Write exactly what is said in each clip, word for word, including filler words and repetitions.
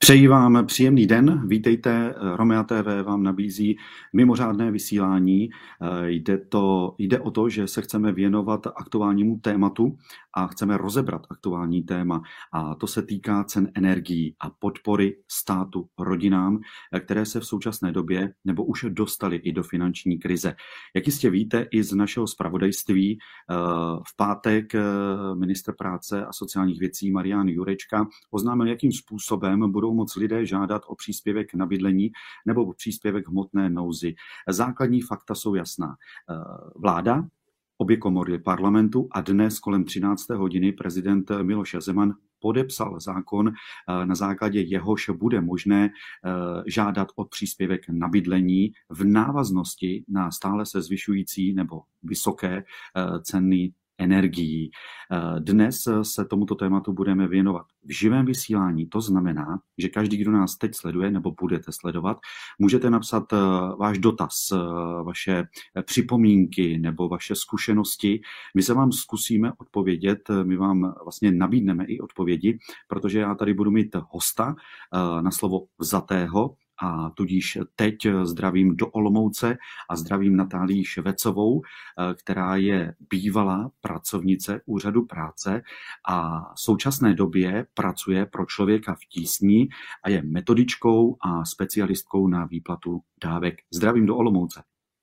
Přeji vám příjemný den, vítejte, Romea T V vám nabízí mimořádné vysílání. Jde, to, jde o to, že se chceme věnovat aktuálnímu tématu a chceme rozebrat aktuální téma a to se týká cen energií a podpory státu rodinám, které se v současné době nebo už dostaly i do finanční krize. Jak jistě víte i z našeho zpravodajství, v pátek ministr práce a sociálních věcí Marian Jurečka oznámil, jakým způsobem budou moc lidé žádat o příspěvek na bydlení nebo o příspěvek hmotné nouzi. Základní fakta jsou jasná. Vláda, obě komory parlamentu a dnes kolem třinácté hodiny prezident Miloš Zeman podepsal zákon, na základě jehož bude možné žádat o příspěvek na bydlení v návaznosti na stále se zvyšující nebo vysoké ceny energií. Dnes se tomuto tématu budeme věnovat v živém vysílání. To znamená, že každý, kdo nás teď sleduje nebo budete sledovat, můžete napsat váš dotaz, vaše připomínky nebo vaše zkušenosti. My se vám zkusíme odpovědět, my vám vlastně nabídneme i odpovědi, protože já tady budu mít hosta na slovo vzatého, a tudíž teď zdravím do Olomouce a zdravím Natálii Ševecovou, která je bývalá pracovnice úřadu práce a v současné době pracuje pro Člověka v tísni a je metodičkou a specialistkou na výplatu dávek. Zdravím do Olomouce.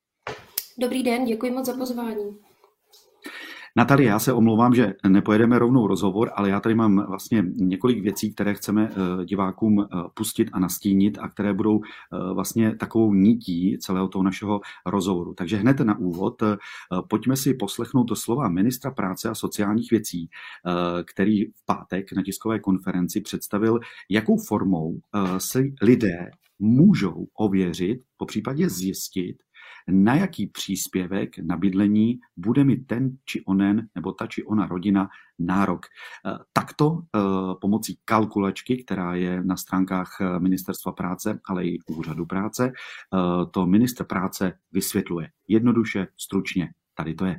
Dobrý den, děkuji moc za pozvání. Natalie, já se omlouvám, že nepojedeme rovnou rozhovor, ale já tady mám vlastně několik věcí, které chceme divákům pustit a nastínit a které budou vlastně takovou nití celého toho našeho rozhovoru. Takže hned na úvod pojďme si poslechnout to slova ministra práce a sociálních věcí, který v pátek na tiskové konferenci představil, jakou formou si lidé můžou ověřit, popřípadě zjistit, na jaký příspěvek na bydlení bude mít ten či onen nebo ta či ona rodina nárok. Takto pomocí kalkulačky, která je na stránkách Ministerstva práce, ale i Úřadu práce, to ministr práce vysvětluje. Jednoduše, stručně. Tady to je.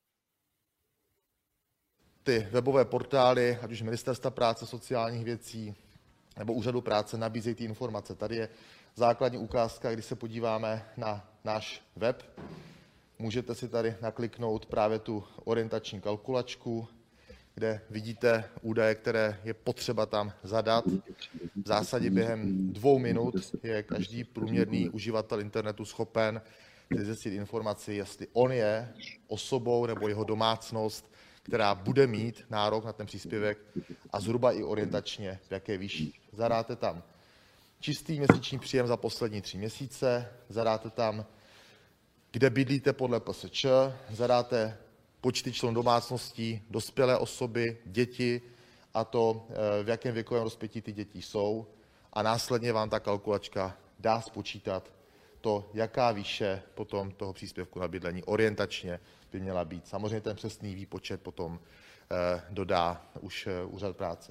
Ty webové portály, ať už Ministerstva práce, sociálních věcí nebo Úřadu práce, nabízejí ty informace. Tady je základní ukázka, když se podíváme na náš web. Můžete si tady nakliknout právě tu orientační kalkulačku, kde vidíte údaje, které je potřeba tam zadat. V zásadě během dvou minut je každý průměrný uživatel internetu schopen zjistit informaci, jestli on je osobou nebo jeho domácnost, která bude mít nárok na ten příspěvek a zhruba i orientačně v jaké výši. Zadáte tam čistý měsíční příjem za poslední tři měsíce, zadáte tam, kde bydlíte podle P S Č, zadáte počty členů domácností, dospělé osoby, děti a to, v jakém věkovém rozpětí ty děti jsou a následně vám ta kalkulačka dá spočítat to, jaká výše potom toho příspěvku na bydlení orientačně by měla být. Samozřejmě ten přesný výpočet potom dodá už Úřad práce.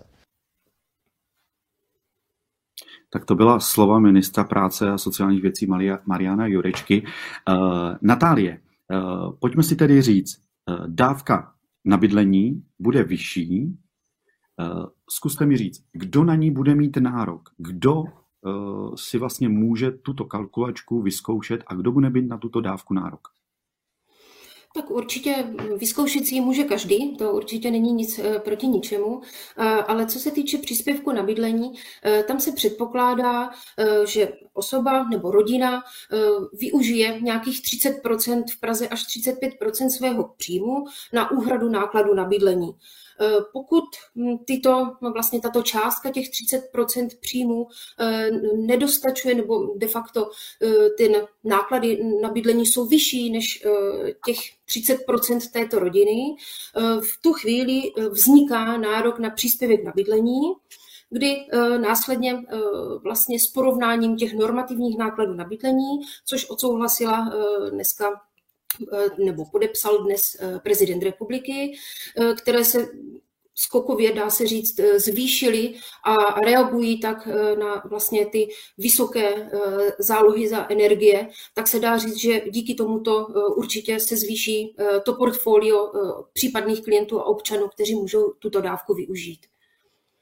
Tak to byla slova ministra práce a sociálních věcí Mariana Jurečky. Uh, Natálie, uh, pojďme si tedy říct, uh, dávka na bydlení bude vyšší. Uh, zkuste mi říct, kdo na ní bude mít nárok? Kdo uh, si vlastně může tuto kalkulačku vyzkoušet a kdo bude mít na tuto dávku nárok? Tak určitě vyzkoušet si ji může každý, to určitě není nic proti ničemu, ale co se týče příspěvku na bydlení, tam se předpokládá, že osoba nebo rodina využije nějakých třicet procent, v Praze až třicet pět procent svého příjmu na úhradu nákladu na bydlení. Pokud tyto, vlastně tato částka těch třicet procent příjmu nedostačuje nebo de facto ty náklady na bydlení jsou vyšší než těch třicet procent této rodiny, v tu chvíli vzniká nárok na příspěvek na bydlení, kdy následně vlastně s porovnáním těch normativních nákladů na bydlení, což odsouhlasila dneska nebo podepsal dnes prezident republiky, které se skokově, dá se říct, zvýšily a reagují tak na vlastně ty vysoké zálohy za energie, tak se dá říct, že díky tomuto určitě se zvýší to portfolio případných klientů a občanů, kteří můžou tuto dávku využít.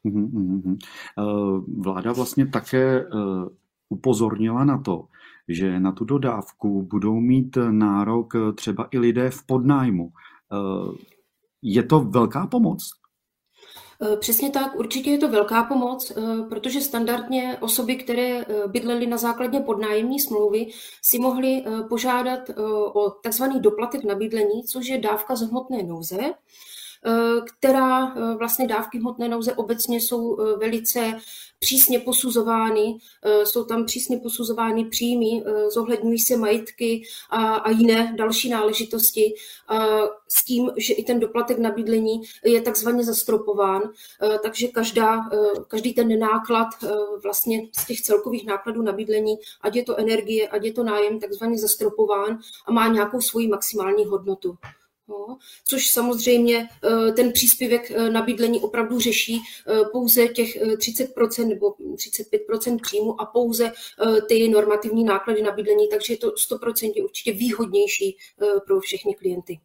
Mhm, mhm. Vláda vlastně také upozornila na to, že na tu dodávku budou mít nárok třeba i lidé v podnájmu. Je to velká pomoc? Přesně tak, určitě je to velká pomoc, protože standardně osoby, které bydlely na základě podnájemní smlouvy, si mohly požádat o takzvaný doplatek na bydlení, což je dávka z hmotné nouze, která vlastně dávky hmotné nouze obecně jsou velice přísně posuzovány, jsou tam přísně posuzovány příjmy, zohledňují se majetky a, a jiné další náležitosti s tím, že i ten doplatek na bydlení je takzvaně zastropován, takže každá, každý ten náklad vlastně z těch celkových nákladů na bydlení, ať je to energie, ať je to nájem, takzvaně zastropován a má nějakou svoji maximální hodnotu. No, což samozřejmě ten příspěvek na bydlení opravdu řeší pouze těch třicet procent nebo třicet pět procent příjmu a pouze ty normativní náklady na bydlení, takže je to sto procent určitě výhodnější pro všechny klienty.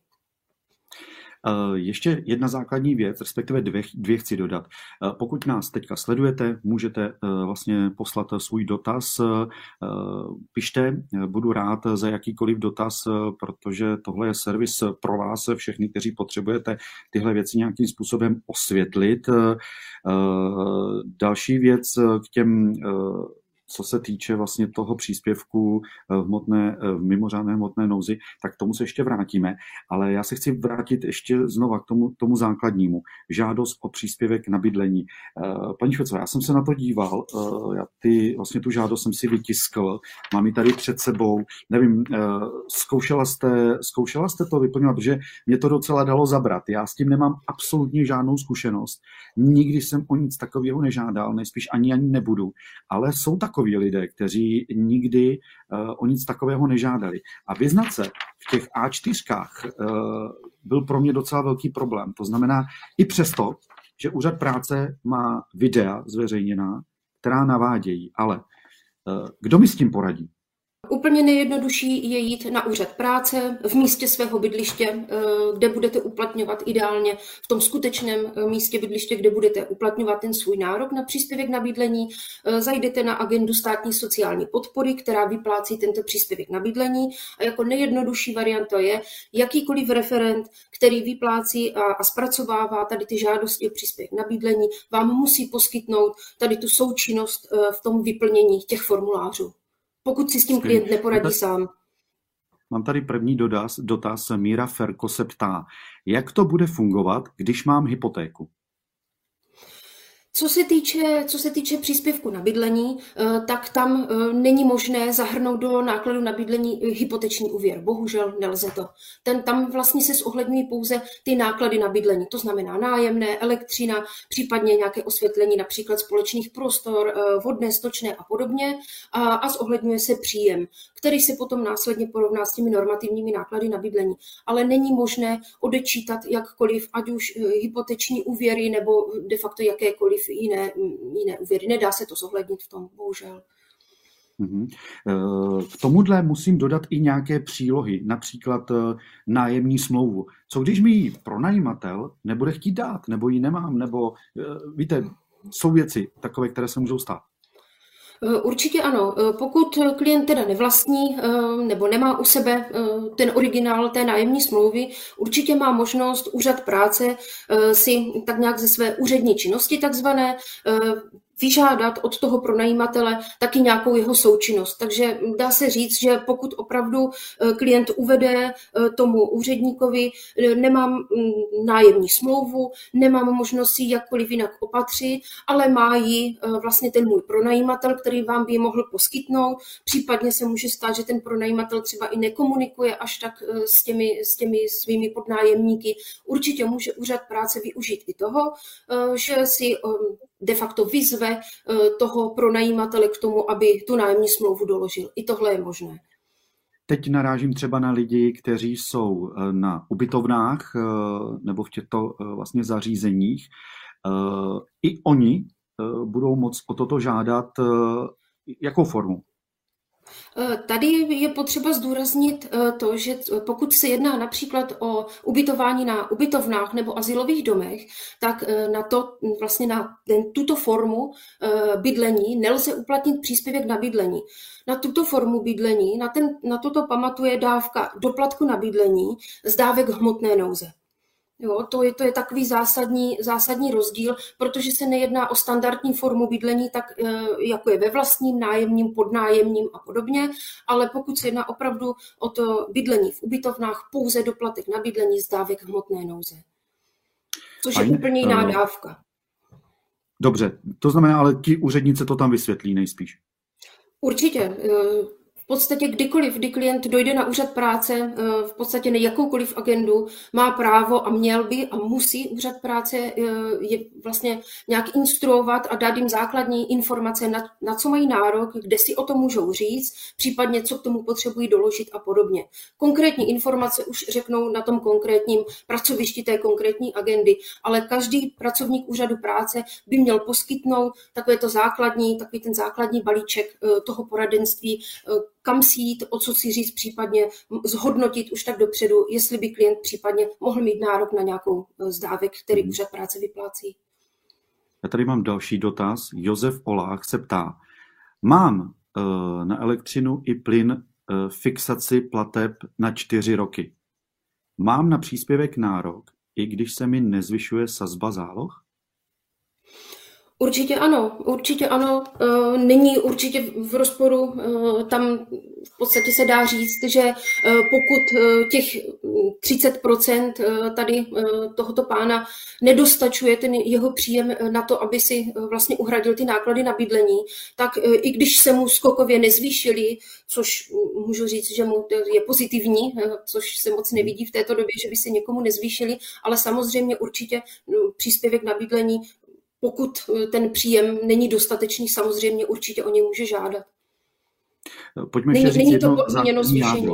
Ještě jedna základní věc, respektive dvě, dvě chci dodat. Pokud nás teďka sledujete, můžete vlastně poslat svůj dotaz. Pište, budu rád za jakýkoliv dotaz, protože tohle je servis pro vás, všechny, kteří potřebujete tyhle věci nějakým způsobem osvětlit. Další věc k těm, co se týče vlastně toho příspěvku v, hmotné, v mimořádné hmotné nouzi, tak k tomu se ještě vrátíme. Ale já se chci vrátit ještě znova k tomu, tomu základnímu. Žádost o příspěvek na bydlení. Paní Švecová, já jsem se na to díval, já ty, vlastně tu žádost jsem si vytiskl, mám ji tady před sebou, nevím, zkoušela jste, zkoušela jste to vyplňovat, protože mě to docela dalo zabrat. Já s tím nemám absolutně žádnou zkušenost. Nikdy jsem o nic takového nežádal, nejspíš ani ani nebudu, ale jsou takový lidé, kteří nikdy uh, o nic takového nežádali. A vyznat se v těch á čtyři uh, byl pro mě docela velký problém. To znamená, i přesto, že úřad práce má videa zveřejněná, která navádějí, ale uh, kdo mi s tím poradí? Úplně nejjednodušší je jít na úřad práce v místě svého bydliště, kde budete uplatňovat ideálně v tom skutečném místě bydliště, kde budete uplatňovat ten svůj nárok na příspěvek na bydlení. Zajdete na agendu státní sociální podpory, která vyplácí tento příspěvek na bydlení a jako nejjednodušší varianta je jakýkoliv referent, který vyplácí a, a zpracovává tady ty žádosti o příspěvek na bydlení, vám musí poskytnout tady tu součinnost v tom vyplnění těch formulářů. Pokud si s tím klient neporadí sám. Mám tady první dotaz, dotaz. Míra Ferko se ptá, jak to bude fungovat, když mám hypotéku? Co se týče, co se týče příspěvku na bydlení, tak tam není možné zahrnout do nákladu na bydlení hypoteční úvěr. Bohužel nelze to. Ten, tam vlastně se zohledňují pouze ty náklady na bydlení. To znamená nájemné, elektřina, případně nějaké osvětlení, například společných prostor, vodné, stočné a podobně. A, a zohledňuje se příjem, který se potom následně porovná s těmi normativními náklady na bydlení. Ale není možné odečítat jakkoliv, ať už hypoteční úvěry nebo de facto jakékoliv jiné, jiné úvěry. Nedá se to zohlednit v tom, bohužel. K tomuhle musím dodat i nějaké přílohy, například nájemní smlouvu. Co když mi ji pronajímatel nebude chtít dát, nebo ji nemám, nebo víte, jsou věci takové, které se můžou stát. Určitě ano. Pokud klient teda nevlastní nebo nemá u sebe ten originál té nájemní smlouvy, určitě má možnost úřad práce si tak nějak ze své úřední činnosti takzvané vyžádat od toho pronajímatele taky nějakou jeho součinnost. Takže dá se říct, že pokud opravdu klient uvede tomu úředníkovi, nemám nájemní smlouvu, nemám možnost si jakkoliv jinak opatřit, ale má ji vlastně ten můj pronajímatel, který vám by ji mohl poskytnout. Případně se může stát, že ten pronajímatel třeba i nekomunikuje až tak s těmi, s těmi svými podnájemníky. Určitě může úřad práce využít i toho, že si de facto vyzve toho pronajímatele k tomu, aby tu nájemní smlouvu doložil. I tohle je možné. Teď narážím třeba na lidi, kteří jsou na ubytovnách nebo v těchto vlastně zařízeních. I oni budou moct o toto žádat. Jakou formu? Tady je potřeba zdůraznit to, že pokud se jedná například o ubytování na ubytovnách nebo azylových domech, tak na, to, vlastně na ten, tuto formu bydlení nelze uplatnit příspěvek na bydlení. Na tuto formu bydlení, na, ten, na toto pamatuje dávka doplatku na bydlení z dávek hmotné nouze. Jo, to je, to je takový zásadní, zásadní rozdíl, protože se nejedná o standardní formu bydlení, tak jako je ve vlastním, nájemním, podnájemním a podobně, ale pokud se jedná opravdu o to bydlení v ubytovnách, pouze doplatek na bydlení z dávek hmotné nouze. Což je úplně jiná dávka. Dobře, to znamená, ale ti úředníci to tam vysvětlí nejspíš. Určitě. V podstatě kdykoliv, kdy klient dojde na úřad práce, v podstatě na jakoukoliv agendu, má právo a měl by a musí úřad práce je vlastně nějak instruovat a dát jim základní informace, na, na co mají nárok, kde si o tom můžou říct, případně co k tomu potřebují doložit a podobně. Konkrétní informace už řeknou na tom konkrétním pracovišti té konkrétní agendy, ale každý pracovník úřadu práce by měl poskytnout takové to základní, takový ten základní balíček toho poradenství, kam si jít, o co si říct, případně zhodnotit už tak dopředu, jestli by klient případně mohl mít nárok na nějakou z dávek, který úřad práce vyplácí. Já tady mám další dotaz. Josef Olách se ptá, mám uh, na elektřinu i plyn uh, fixaci plateb na čtyři roky. Mám na příspěvek nárok, i když se mi nezvyšuje sazba záloh? Určitě ano, určitě ano. Není určitě v rozporu, tam v podstatě se dá říct, že pokud těch třicet procent tady tohoto pána nedostačuje ten jeho příjem na to, aby si vlastně uhradil ty náklady na bydlení, tak i když se mu skokově nezvýšily, což můžu říct, že mu je pozitivní, což se moc nevidí v této době, že by se někomu nezvýšily, ale samozřejmě určitě příspěvek na bydlení, pokud ten příjem není dostatečný, samozřejmě určitě o něj může žádat. Pojďme není, ještě říct není to podmíněno zvýšení.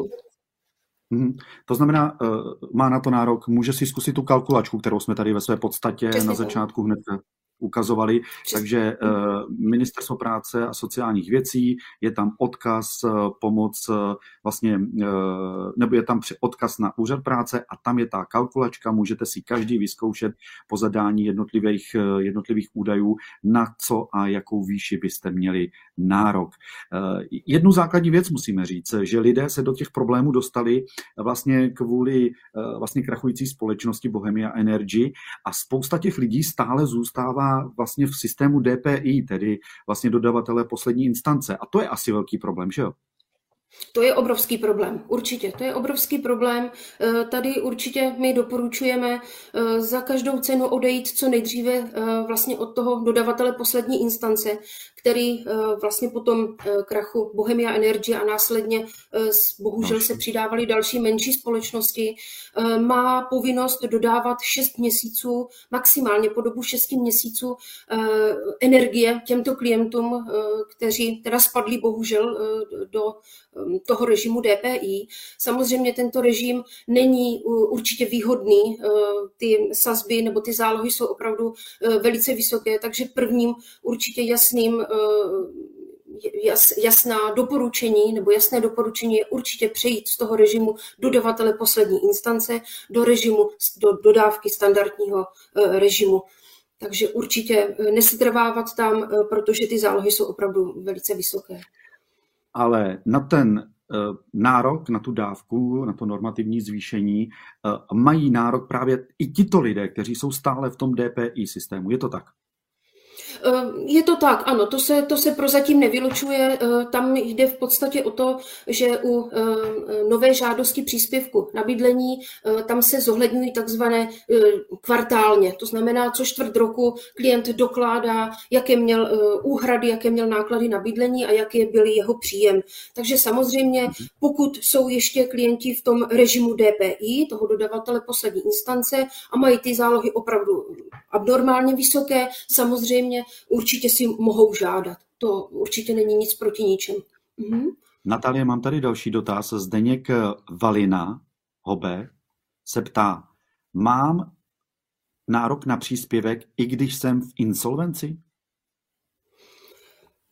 Hmm. To znamená, má na to nárok, může si zkusit tu kalkulačku, kterou jsme tady ve své podstatě Přesně na začátku hned ukazovali. Přesně. Takže Ministerstvo práce a sociálních věcí, je tam odkaz, pomoc, vlastně, nebo je tam odkaz na úřad práce a tam je ta kalkulačka, můžete si každý vyzkoušet po zadání jednotlivých, jednotlivých údajů, na co a jakou výši byste měli nárok. Jednu základní věc musíme říct, že lidé se do těch problémů dostali vlastně kvůli vlastně krachující společnosti Bohemia Energy a spousta těch lidí stále zůstává vlastně v systému D P I, tedy vlastně dodavatele poslední instance. A to je asi velký problém, že jo? To je obrovský problém, určitě. To je obrovský problém. Tady určitě my doporučujeme za každou cenu odejít co nejdříve vlastně od toho dodavatele poslední instance, který vlastně po tom krachu Bohemia Energy a následně bohužel se přidávaly další menší společnosti, má povinnost dodávat šest měsíců, maximálně po dobu šesti měsíců energie těmto klientům, kteří teda spadli bohužel do toho režimu D P I. Samozřejmě tento režim není určitě výhodný, ty sazby nebo ty zálohy jsou opravdu velice vysoké, takže prvním určitě jasným jasná doporučení nebo jasné doporučení je určitě přejít z toho režimu dodavatele poslední instance do režimu do dodávky standardního režimu. Takže určitě nesetrvávat tam, protože ty zálohy jsou opravdu velice vysoké. Ale na ten nárok, na tu dávku, na to normativní zvýšení, mají nárok právě i tito lidé, kteří jsou stále v tom D P I systému. Je to tak? Je to tak, ano, to se, to se prozatím nevylučuje. Tam jde v podstatě o to, že u nové žádosti příspěvku na bydlení tam se zohledňují takzvané kvartálně. To znamená, co čtvrt roku klient dokládá, jaké měl úhrady, jaké měl náklady na bydlení a jaký byl jeho příjem. Takže samozřejmě, pokud jsou ještě klienti v tom režimu D P I, toho dodavatele poslední instance, a mají ty zálohy opravdu abnormálně vysoké, samozřejmě určitě si mohou žádat. To určitě není nic proti ničem. Mhm. Natalie, mám tady další dotaz. Zdeněk Valina, Hobe, se ptá, mám nárok na příspěvek, i když jsem v insolvenci?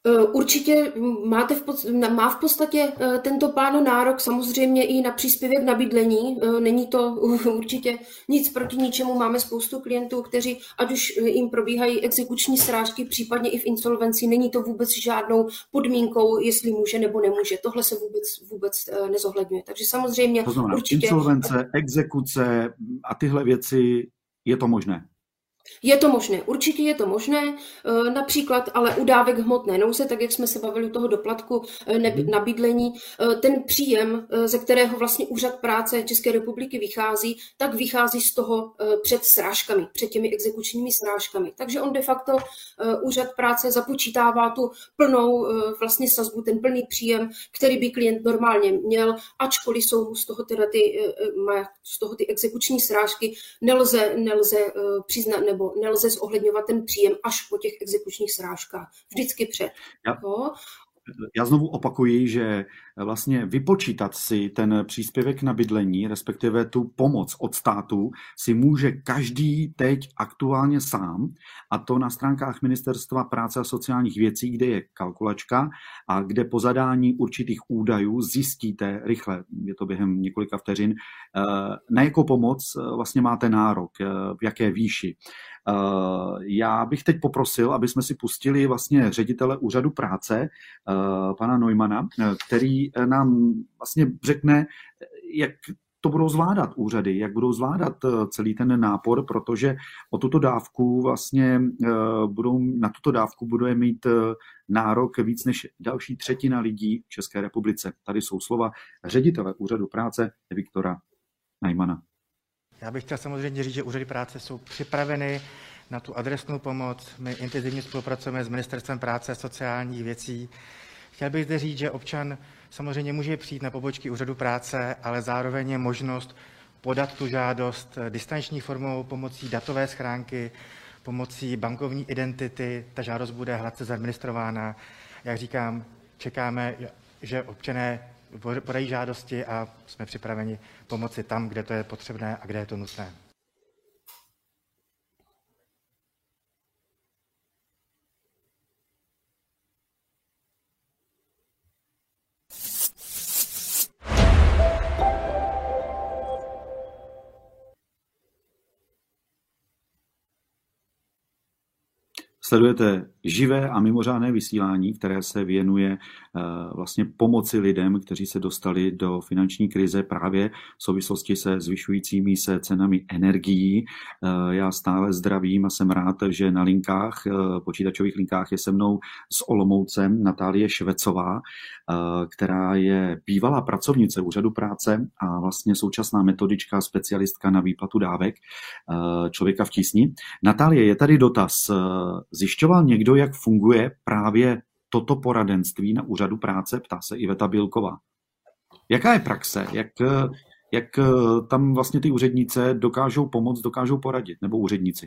Určitě máte v pod, má v podstatě tento pán nárok samozřejmě i na příspěvek na bydlení. Není to určitě nic proti ničemu. Máme spoustu klientů, kteří, ať už jim probíhají exekuční srážky, případně i v insolvenci, není to vůbec žádnou podmínkou, jestli může nebo nemůže. Tohle se vůbec, vůbec nezohledňuje. Takže samozřejmě to znamená, určitě... insolvence, exekuce a tyhle věci, je to možné? Je to možné, určitě je to možné, například ale u dávek hmotné nouze, tak jak jsme se bavili u toho doplatku na bydlení, ten příjem, ze kterého vlastně úřad práce České republiky vychází, tak vychází z toho před srážkami, před těmi exekučními srážkami. Takže on de facto úřad práce započítává tu plnou vlastně sazbu, ten plný příjem, který by klient normálně měl, ačkoliv jsou mu z toho teda ty, z toho ty exekuční srážky, nelze, nelze přiznat, nebo nelze zohledňovat ten příjem až po těch exekučních srážkách. Vždycky před. Já, já znovu opakuji, že vlastně vypočítat si ten příspěvek na bydlení, respektive tu pomoc od státu, si může každý teď aktuálně sám, a to na stránkách Ministerstva práce a sociálních věcí, kde je kalkulačka a kde po zadání určitých údajů zjistíte rychle, je to během několika vteřin, na jakou pomoc vlastně máte nárok, v jaké výši. Já bych teď poprosil, aby jsme si pustili vlastně ředitele úřadu práce, pana Neumana, který nám vlastně řekne, jak to budou zvládat úřady, jak budou zvládat celý ten nápor, protože o tuto dávku vlastně budou, na tuto dávku bude mít nárok víc než další třetina lidí v České republice. Tady jsou slova ředitele úřadu práce Viktora Neumana. Já bych chtěl samozřejmě říct, že úřady práce jsou připraveny na tu adresnou pomoc. My intenzivně spolupracujeme s Ministerstvem práce a sociálních věcí. Chtěl bych zde říct, že občan samozřejmě může přijít na pobočky úřadu práce, ale zároveň je možnost podat tu žádost distanční formou pomocí datové schránky, pomocí bankovní identity. Ta žádost bude hladce zadministrována. Jak říkám, čekáme, že občané podají žádosti a jsme připraveni pomoci tam, kde to je potřebné a kde je to nutné. Sledujete živé a mimořádné vysílání, které se věnuje vlastně pomoci lidem, kteří se dostali do finanční krize právě v souvislosti se zvyšujícími se cenami energií. Já stále zdravím a jsem rád, že na linkách, počítačových linkách je se mnou s Olomoucem Natálie Švecová, která je bývalá pracovnice úřadu práce a vlastně současná metodička, specialistka na výplatu dávek Člověka v tísni. Natálie, je tady dotaz. Zjišťoval někdo, jak funguje právě toto poradenství na úřadu práce? Ptá se Iveta Bílková. Jaká je praxe? Jak, jak tam vlastně ty úřednice dokážou pomoct, dokážou poradit, nebo úředníci?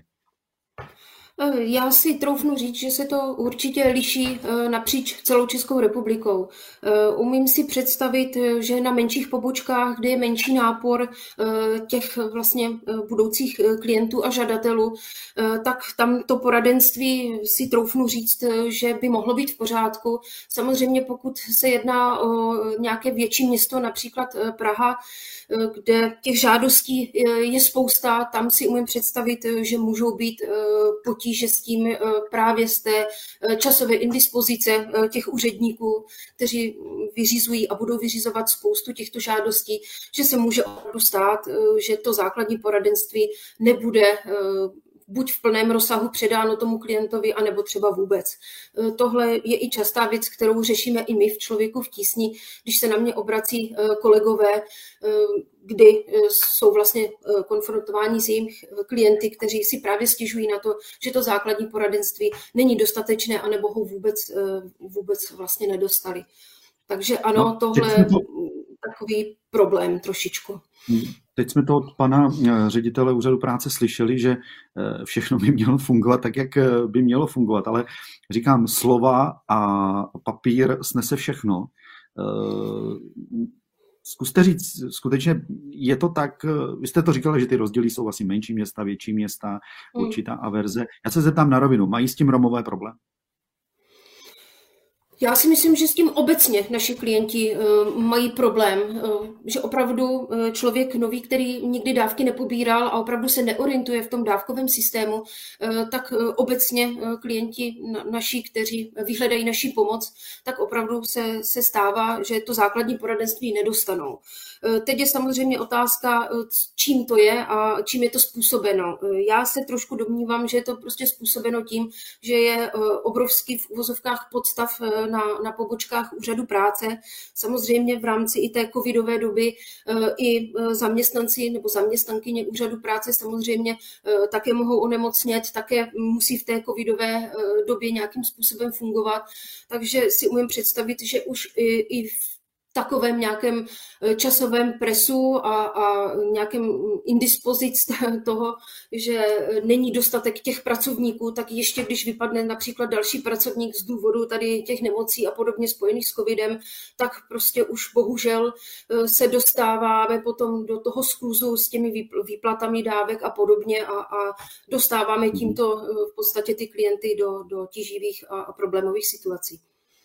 Já si troufnu říct, že se to určitě liší napříč celou Českou republikou. Umím si představit, že na menších pobočkách, kde je menší nápor těch vlastně budoucích klientů a žadatelů, tak tam to poradenství si troufnu říct, že by mohlo být v pořádku. Samozřejmě pokud se jedná o nějaké větší město, například Praha, kde těch žádostí je spousta, tam si umím představit, že můžou být potíže s tím právě z té časové indispozice těch úředníků, kteří vyřizují a budou vyřizovat spoustu těchto žádostí, že se může opravdu stát, že to základní poradenství nebude buď v plném rozsahu předáno tomu klientovi, anebo třeba vůbec. Tohle je i častá věc, kterou řešíme i my v Člověku v tísni, když se na mě obrací kolegové, kdy jsou vlastně konfrontováni s jejich klienty, kteří si právě stěžují na to, že to základní poradenství není dostatečné, anebo ho vůbec, vůbec vlastně nedostali. Takže ano, no, tohle je to... takový problém trošičku. Teď jsme to od pana ředitele úřadu práce slyšeli, že všechno by mělo fungovat tak, jak by mělo fungovat, ale říkám, slova a papír snese všechno. Zkuste říct, skutečně je to tak, vy jste to říkali, že ty rozdíly jsou asi menší města, větší města, určitá averze. Já se zeptám na rovinu, mají s tím Romové problém? Já si myslím, že s tím obecně naši klienti uh, mají problém, uh, že opravdu uh, člověk nový, který nikdy dávky nepobíral a opravdu se neorientuje v tom dávkovém systému, uh, tak uh, obecně uh, klienti na, naši, kteří vyhledají naši pomoc, tak opravdu se, se stává, že to základní poradenství nedostanou. Uh, teď je samozřejmě otázka, uh, čím to je a čím je to způsobeno. Uh, já se trošku domnívám, že je to prostě způsobeno tím, že je uh, obrovský v uvozovkách podstav uh, Na, na pobočkách úřadu práce. Samozřejmě v rámci i té covidové doby i zaměstnanci nebo zaměstnankyně úřadu práce samozřejmě také mohou onemocnět, také musí v té covidové době nějakým způsobem fungovat. Takže si umím představit, že už i, i v takovém nějakém časovém presu a, a nějakém indispozic toho, že není dostatek těch pracovníků, tak ještě když vypadne například další pracovník z důvodu tady těch nemocí a podobně spojených s covidem, tak prostě už bohužel se dostáváme potom do toho skluzu s těmi výplatami dávek a podobně a, a dostáváme tímto v podstatě ty klienty do, do tíživých a, a problémových situací.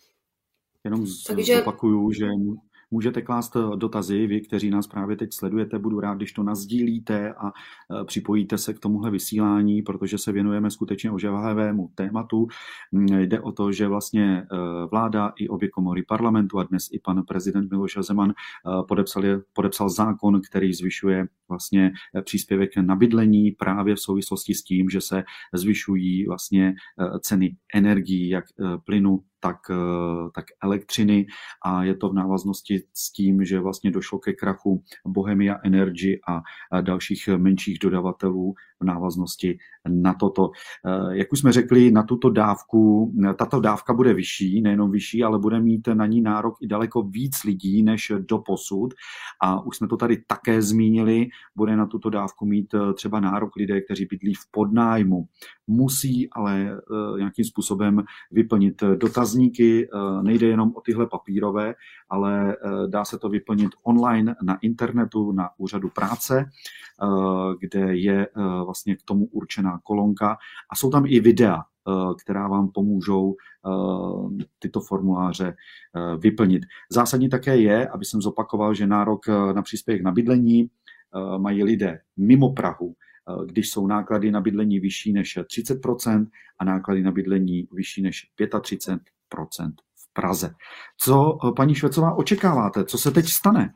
Jenom Takže... zopakuju, že můžete klást dotazy, vy, kteří nás právě teď sledujete, budu rád, když to nasdílíte a připojíte se k tomuhle vysílání, protože se věnujeme skutečně ožehavému tématu. Jde o to, že vlastně vláda i obě komory parlamentu a dnes i pan prezident Miloš Zeman podepsal, podepsal zákon, který zvyšuje vlastně příspěvek na bydlení právě v souvislosti s tím, že se zvyšují vlastně ceny energií, jak plynu, tak, tak elektřiny a je to v návaznosti s tím, že vlastně došlo ke krachu Bohemia Energy a dalších menších dodavatelů v návaznosti na toto. Jak už jsme řekli, na tuto dávku, tato dávka bude vyšší, nejenom vyšší, ale bude mít na ní nárok i daleko víc lidí než doposud a už jsme to tady také zmínili, bude na tuto dávku mít třeba nárok lidé, kteří bydlí v podnájmu. Musí ale nějakým způsobem vyplnit dotazníky, nejde jenom o tyhle papírové, ale dá se to vyplnit online na internetu, na úřadu práce, kde je vlastně k tomu určená kolonka a jsou tam i videa, která vám pomůžou tyto formuláře vyplnit. Zásadní také je, aby jsem zopakoval, že nárok na příspěvek na bydlení mají lidé mimo Prahu, když jsou náklady na bydlení vyšší než třicet procent a náklady na bydlení vyšší než třicet pět procent v Praze. Co, paní Švecová, očekáváte? Co se teď stane?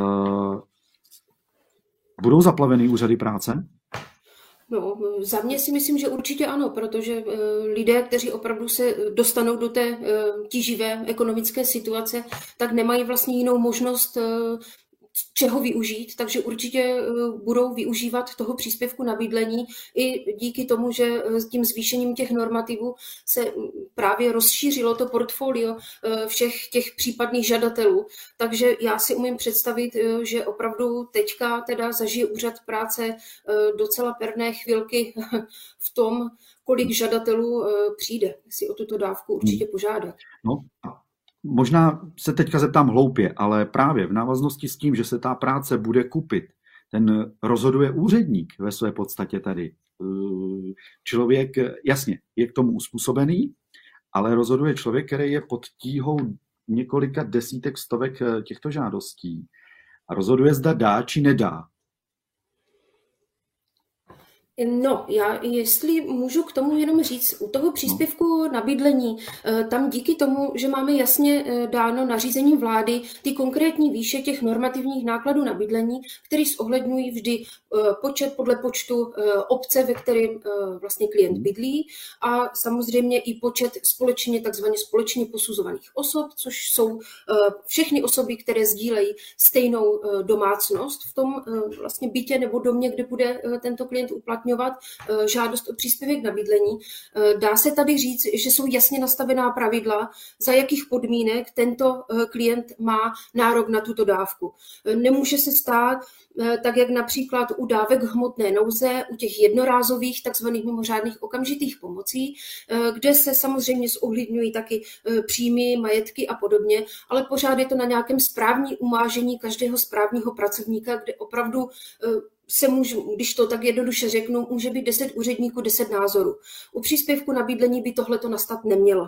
Budou zaplaveny úřady práce? No, za mě si myslím, že určitě ano, protože lidé, kteří opravdu se dostanou do té tíživé ekonomické situace, tak nemají vlastně jinou možnost čeho využít, takže určitě budou využívat toho příspěvku na bydlení i díky tomu, že s tím zvýšením těch normativů se právě rozšířilo to portfolio všech těch případných žadatelů. Takže já si umím představit, že opravdu teďka teda zažije úřad práce docela perné chvilky v tom, kolik žadatelů přijde si o tuto dávku určitě požádat. No. Možná se teďka zeptám hloupě, ale právě v návaznosti s tím, že se ta práce bude kupit, ten rozhoduje úředník ve své podstatě tady. Člověk, jasně, je k tomu uspůsobený, ale rozhoduje člověk, který je pod tíhou několika desítek, stovek těchto žádostí a rozhoduje, zda dá či nedá. No, já jestli můžu k tomu jenom říct, u toho příspěvku na bydlení, tam díky tomu, že máme jasně dáno nařízením vlády ty konkrétní výše těch normativních nákladů na bydlení, které zohledňují vždy počet podle počtu obce, ve kterém vlastně klient bydlí a samozřejmě i počet společně, takzvaně společně posuzovaných osob, což jsou všechny osoby, které sdílejí stejnou domácnost v tom vlastně bytě nebo domě, kde bude tento klient uplatňovat žádost o příspěvek na bydlení. Dá se tady říct, že jsou jasně nastavená pravidla, za jakých podmínek tento klient má nárok na tuto dávku. Nemůže se stát, tak jak například u dávek hmotné nouze, u těch jednorázových takzvaných mimořádných okamžitých pomocí, kde se samozřejmě zohledňují taky příjmy, majetky a podobně, ale pořád je to na nějakém správní umážení každého správního pracovníka, kde opravdu se můžu, když to tak jednoduše řeknu, může být deset úředníků, deset názorů. U příspěvku na bydlení by tohleto nastat nemělo.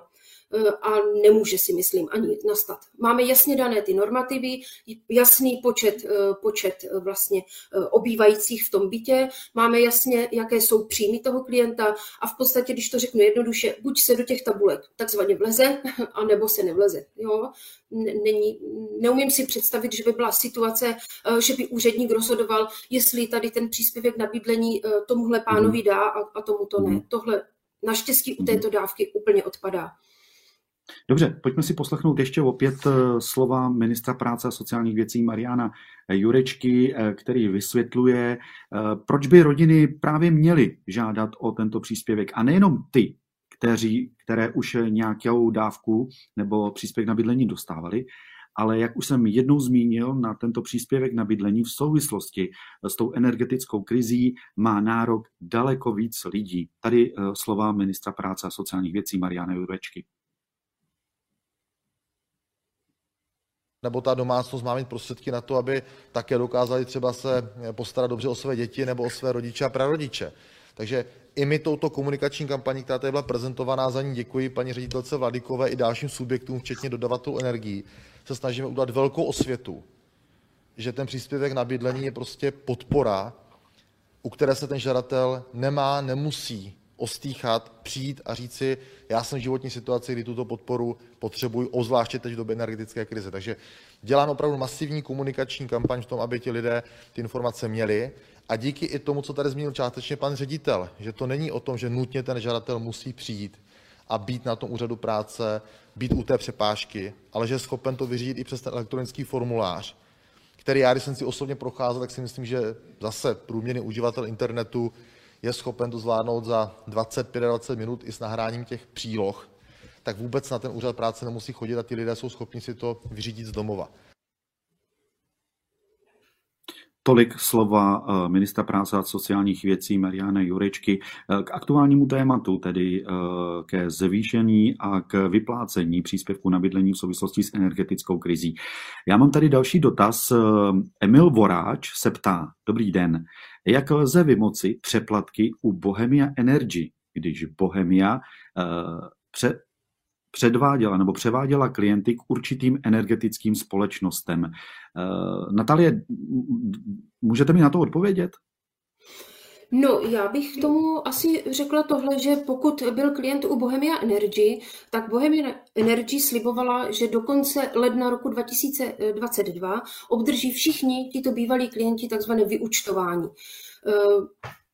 a nemůže, si myslím, ani nastat. Máme jasně dané ty normativy, jasný počet, počet vlastně obývajících v tom bytě, máme jasně, jaké jsou příjmy toho klienta a v podstatě, když to řeknu jednoduše, buď se do těch tabulek takzvaně vleze, anebo se nevleze. Jo? Není, neumím si představit, že by byla situace, že by úředník rozhodoval, jestli tady ten příspěvek na bydlení tomuhle pánovi dá a, a tomu to ne. Tohle naštěstí u této dávky úplně odpadá. Dobře, pojďme si poslechnout ještě opět slova ministra práce a sociálních věcí Mariana Jurečky, který vysvětluje, proč by rodiny právě měly žádat o tento příspěvek. A nejenom ty, kteří, které už nějakou dávku nebo příspěvek na bydlení dostávali, ale jak už jsem jednou zmínil, na tento příspěvek na bydlení v souvislosti s tou energetickou krizí má nárok daleko víc lidí. Tady slova ministra práce a sociálních věcí Mariana Jurečky. Nebo ta domácnost má mít prostředky na to, aby také dokázali třeba se postarat dobře o své děti nebo o své rodiče a prarodiče. Takže i my touto komunikační kampaní, která tady byla prezentovaná, za ní děkuji paní ředitelce Vladikové i dalším subjektům, včetně dodavatelů energií, se snažíme udělat velkou osvětu, že ten příspěvek na bydlení je prostě podpora, u které se ten žadatel nemá, nemusí ostýchat, přijít a říci, já jsem v životní situaci, kdy tuto podporu potřebuji, obzvláště teď v době energetické krize. Takže děláme opravdu masivní komunikační kampaň v tom, aby ti lidé ty informace měli. A díky i tomu, co tady zmínil částečně pan ředitel, že to není o tom, že nutně ten žadatel musí přijít a být na tom úřadu práce, být u té přepážky, ale že je schopen to vyřídit i přes ten elektronický formulář, který já, když jsem si osobně procházel, tak si myslím, že zase průměrný uživatel internetu je schopen to zvládnout za dvacet pět dvacet minut i s nahráním těch příloh, tak vůbec na ten úřad práce nemusí chodit a ti lidé jsou schopni si to vyřídit z domova. Tolik slova ministra práce a sociálních věcí Mariana Jurečky k aktuálnímu tématu, tedy ke zvýšení a k vyplácení příspěvku na bydlení v souvislosti s energetickou krizí. Já mám tady další dotaz. Emil Voráč se ptá, dobrý den, jak lze vymoci přeplatky u Bohemia Energy, když Bohemia pře předváděla nebo převáděla klienty k určitým energetickým společnostem. Uh, Natalie, můžete mi na to odpovědět? No, já bych k tomu asi řekla tohle, že pokud byl klient u Bohemia Energy, tak Bohemia Energy slibovala, že do konce ledna roku dva tisíce dvacet dva obdrží všichni tito bývalí klienti takzvané vyúčtování. Uh,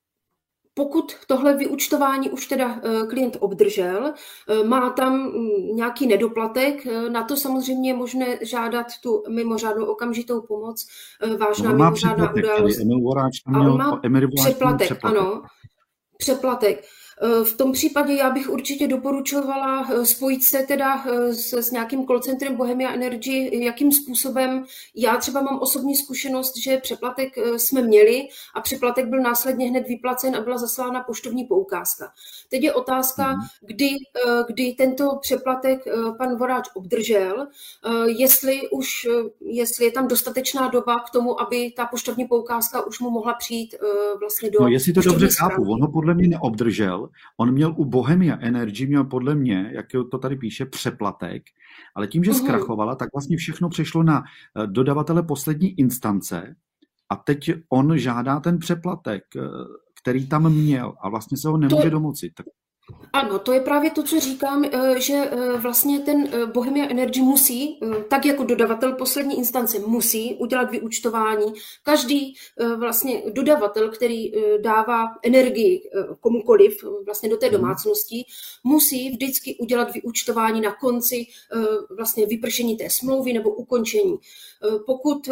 Pokud tohle vyúčtování už teda klient obdržel, má tam nějaký nedoplatek, na to samozřejmě je možné žádat tu mimořádnou okamžitou pomoc, vážná no, mimořádná událost. A on má přeplatek, přeplatek, ano, přeplatek. V tom případě já bych určitě doporučovala spojit se teda s, s nějakým call centrem Bohemia Energy, jakým způsobem. Já třeba mám osobní zkušenost, že přeplatek jsme měli a přeplatek byl následně hned vyplacen a byla zaslána poštovní poukázka. Teď je otázka, hmm. kdy, kdy tento přeplatek pan Voráč obdržel, jestli už jestli je tam dostatečná doba k tomu, aby ta poštovní poukázka už mu mohla přijít vlastně do... No jestli to dobře chápu, on ho podle mě neobdržel. On měl u Bohemia Energy, měl podle mě, jak to tady píše, přeplatek, ale tím, že zkrachovala, tak vlastně všechno přešlo na dodavatele poslední instance a teď on žádá ten přeplatek, který tam měl a vlastně se ho nemůže to... domoci. Tak... Ano, to je právě to, co říkám, že vlastně ten Bohemia Energy musí, tak jako dodavatel poslední instance musí udělat vyúčtování. Každý vlastně dodavatel, který dává energii komukoliv vlastně do té domácnosti, musí vždycky udělat vyúčtování na konci vlastně vypršení té smlouvy nebo ukončení. Pokud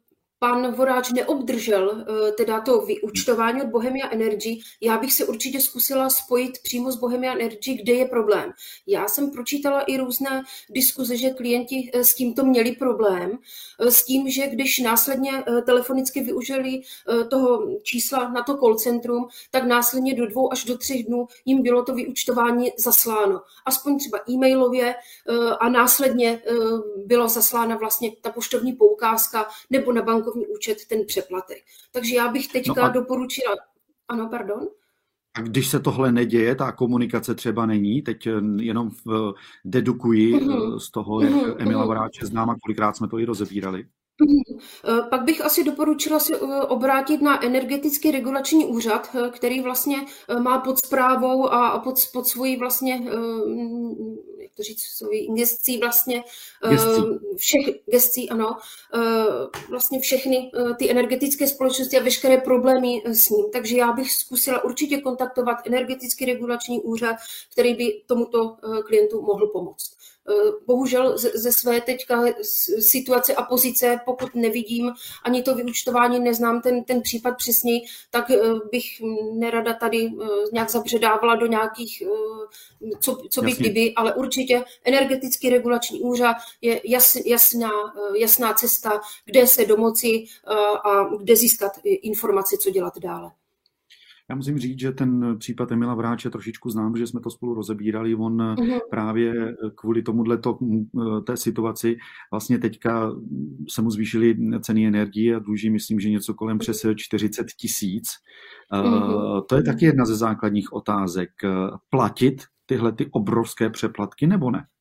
pan Voráč neobdržel teda to vyúčtování od Bohemia Energy, já bych se určitě zkusila spojit přímo s Bohemia Energy, kde je problém. Já jsem pročítala i různé diskuze, že klienti s tímto měli problém, s tím, že když následně telefonicky využili toho čísla na to call centrum, tak následně do dvou až do třech dnů jim bylo to vyúčtování zasláno. Aspoň třeba e-mailově a následně byla zaslána vlastně ta poštovní poukázka nebo na bankovní účet ten přeplatek. Takže já bych teďka no a... doporučila... Ano, pardon? A když se tohle neděje, ta komunikace třeba není, teď jenom v, dedukuji Mhm, z toho, jak mhm, Emila mhm. Voráč je známa, kolikrát jsme to i rozebírali. Mhm. Eh, Pak bych asi doporučila se eh, obrátit na Energetický regulační úřad, eh, který vlastně eh, má pod správou a a pod, pod svojí vlastně, eh, mm, jak to říct, svojí gescí vlastně eh, Gescí. všech gescí, ano, eh, vlastně všechny eh, ty energetické společnosti a veškeré problémy eh, s ním. Takže já bych zkusila určitě kontaktovat Energetický regulační úřad, který by tomuto eh, klientu mohl pomoct. Bohužel ze své teďka situace a pozice, pokud nevidím ani to vyúčtování, neznám ten, ten případ přesněji, tak bych nerada tady nějak zabředávala do nějakých, co, co by kdyby, ale určitě Energetický regulační úřad je jas, jasná, jasná cesta, kde se domoci a kde získat informace, co dělat dále. Já musím říct, že ten případ Emila Voráče trošičku znám, že jsme to spolu rozebírali. On uh-huh. právě kvůli tomuto té situaci vlastně teďka se mu zvýšily ceny energie a dluží, myslím, že něco kolem přes čtyřicet tisíc. Uh-huh. To je taky jedna ze základních otázek. Platit tyhle ty obrovské přeplatky nebo ne?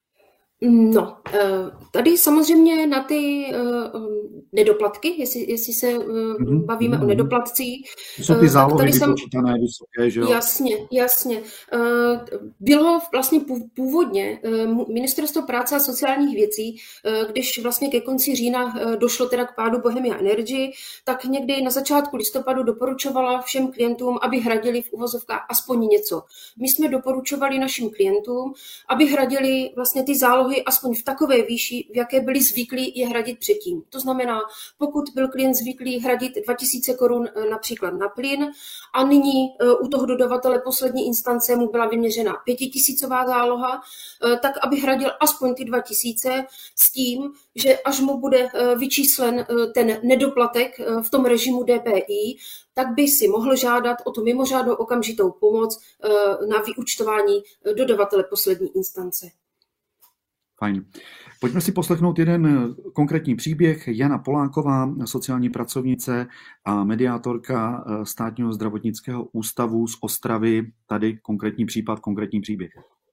No, tady samozřejmě na ty nedoplatky, jestli, jestli se mm-hmm. bavíme mm-hmm. o nedoplatcích. Jsou ty zálohy vypočítané sam... vysoké, že jo? Jasně, jasně. Bylo vlastně původně Ministerstvo práce a sociálních věcí, když vlastně ke konci října došlo teda k pádu Bohemia Energy, tak někdy na začátku listopadu doporučovala všem klientům, aby hradili v uvozovkách aspoň něco. My jsme doporučovali našim klientům, aby hradili vlastně ty zálohy aspoň v takové výši, v jaké byli zvyklí je hradit předtím. To znamená, pokud byl klient zvyklý hradit dva tisíce korun například na plyn a nyní u toho dodavatele poslední instance mu byla vyměřena pětitisícová záloha, tak aby hradil aspoň ty dva tisíce s tím, že až mu bude vyčíslen ten nedoplatek v tom režimu D P I, tak by si mohl žádat o tu mimořádnou okamžitou pomoc na vyúčtování dodavatele poslední instance. Fajn. Pojďme si poslechnout jeden konkrétní příběh. Jana Poláková, sociální pracovnice a mediátorka Státního zdravotnického ústavu z Ostravy. Tady konkrétní případ, konkrétní příběh.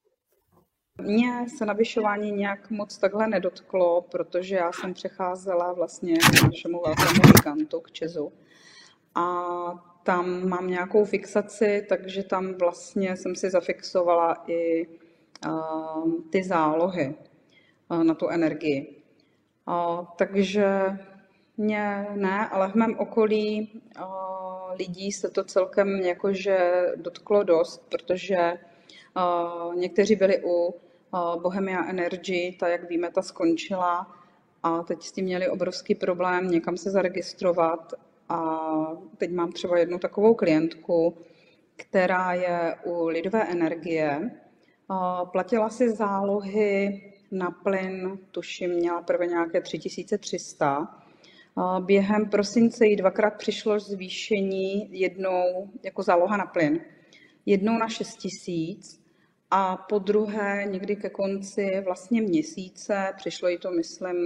Mně se navyšování nějak moc takhle nedotklo, protože já jsem přecházela vlastně k našemu velkému gigantu, k ČEZu. A tam mám nějakou fixaci, takže tam vlastně jsem si zafixovala i uh, ty zálohy na tu energii. A, takže mě ne, ale v mém okolí a, lidí se to celkem jakože dotklo dost, protože a, někteří byli u a, Bohemia Energy, ta, jak víme, ta skončila a teď s tím měli obrovský problém někam se zaregistrovat a teď mám třeba jednu takovou klientku, která je u Lidové energie, a, platila si zálohy na plyn, tuším, měla prvé nějaké tři tisíce tři sta. Během prosince jí dvakrát přišlo zvýšení jednou jako záloha na plyn. Jednou na šest tisíc a po druhé někdy ke konci vlastně měsíce, přišlo jí to, myslím,